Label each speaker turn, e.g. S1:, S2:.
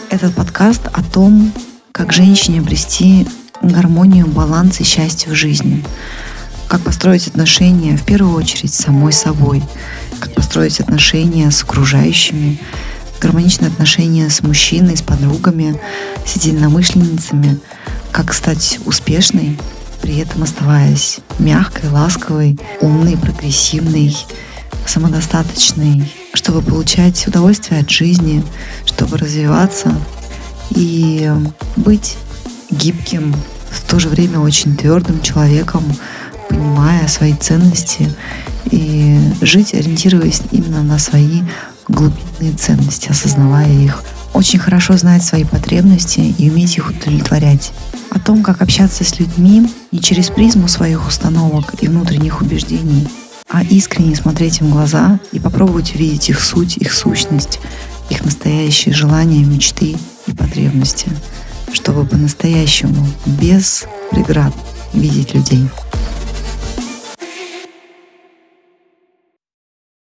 S1: Этот подкаст о том, как женщине обрести гармонию, баланс и счастье в жизни. Как построить отношения, в первую очередь, с самой собой. Как построить отношения с окружающими. Гармоничные отношения с мужчиной, с подругами, с единомышленницами. Как стать успешной, при этом оставаясь мягкой, ласковой, умной, прогрессивной, самодостаточной, чтобы получать удовольствие от жизни, чтобы развиваться и быть гибким, в то же время очень твердым человеком, понимая свои ценности и жить, ориентируясь именно на свои глубинные ценности, осознавая их. Очень хорошо знать свои потребности и уметь их удовлетворять. О том, как общаться с людьми не через призму своих установок и внутренних убеждений, а искренне смотреть им в глаза и попробовать увидеть их суть, их сущность, их настоящие желания, мечты и потребности, чтобы по-настоящему, без преград, видеть людей.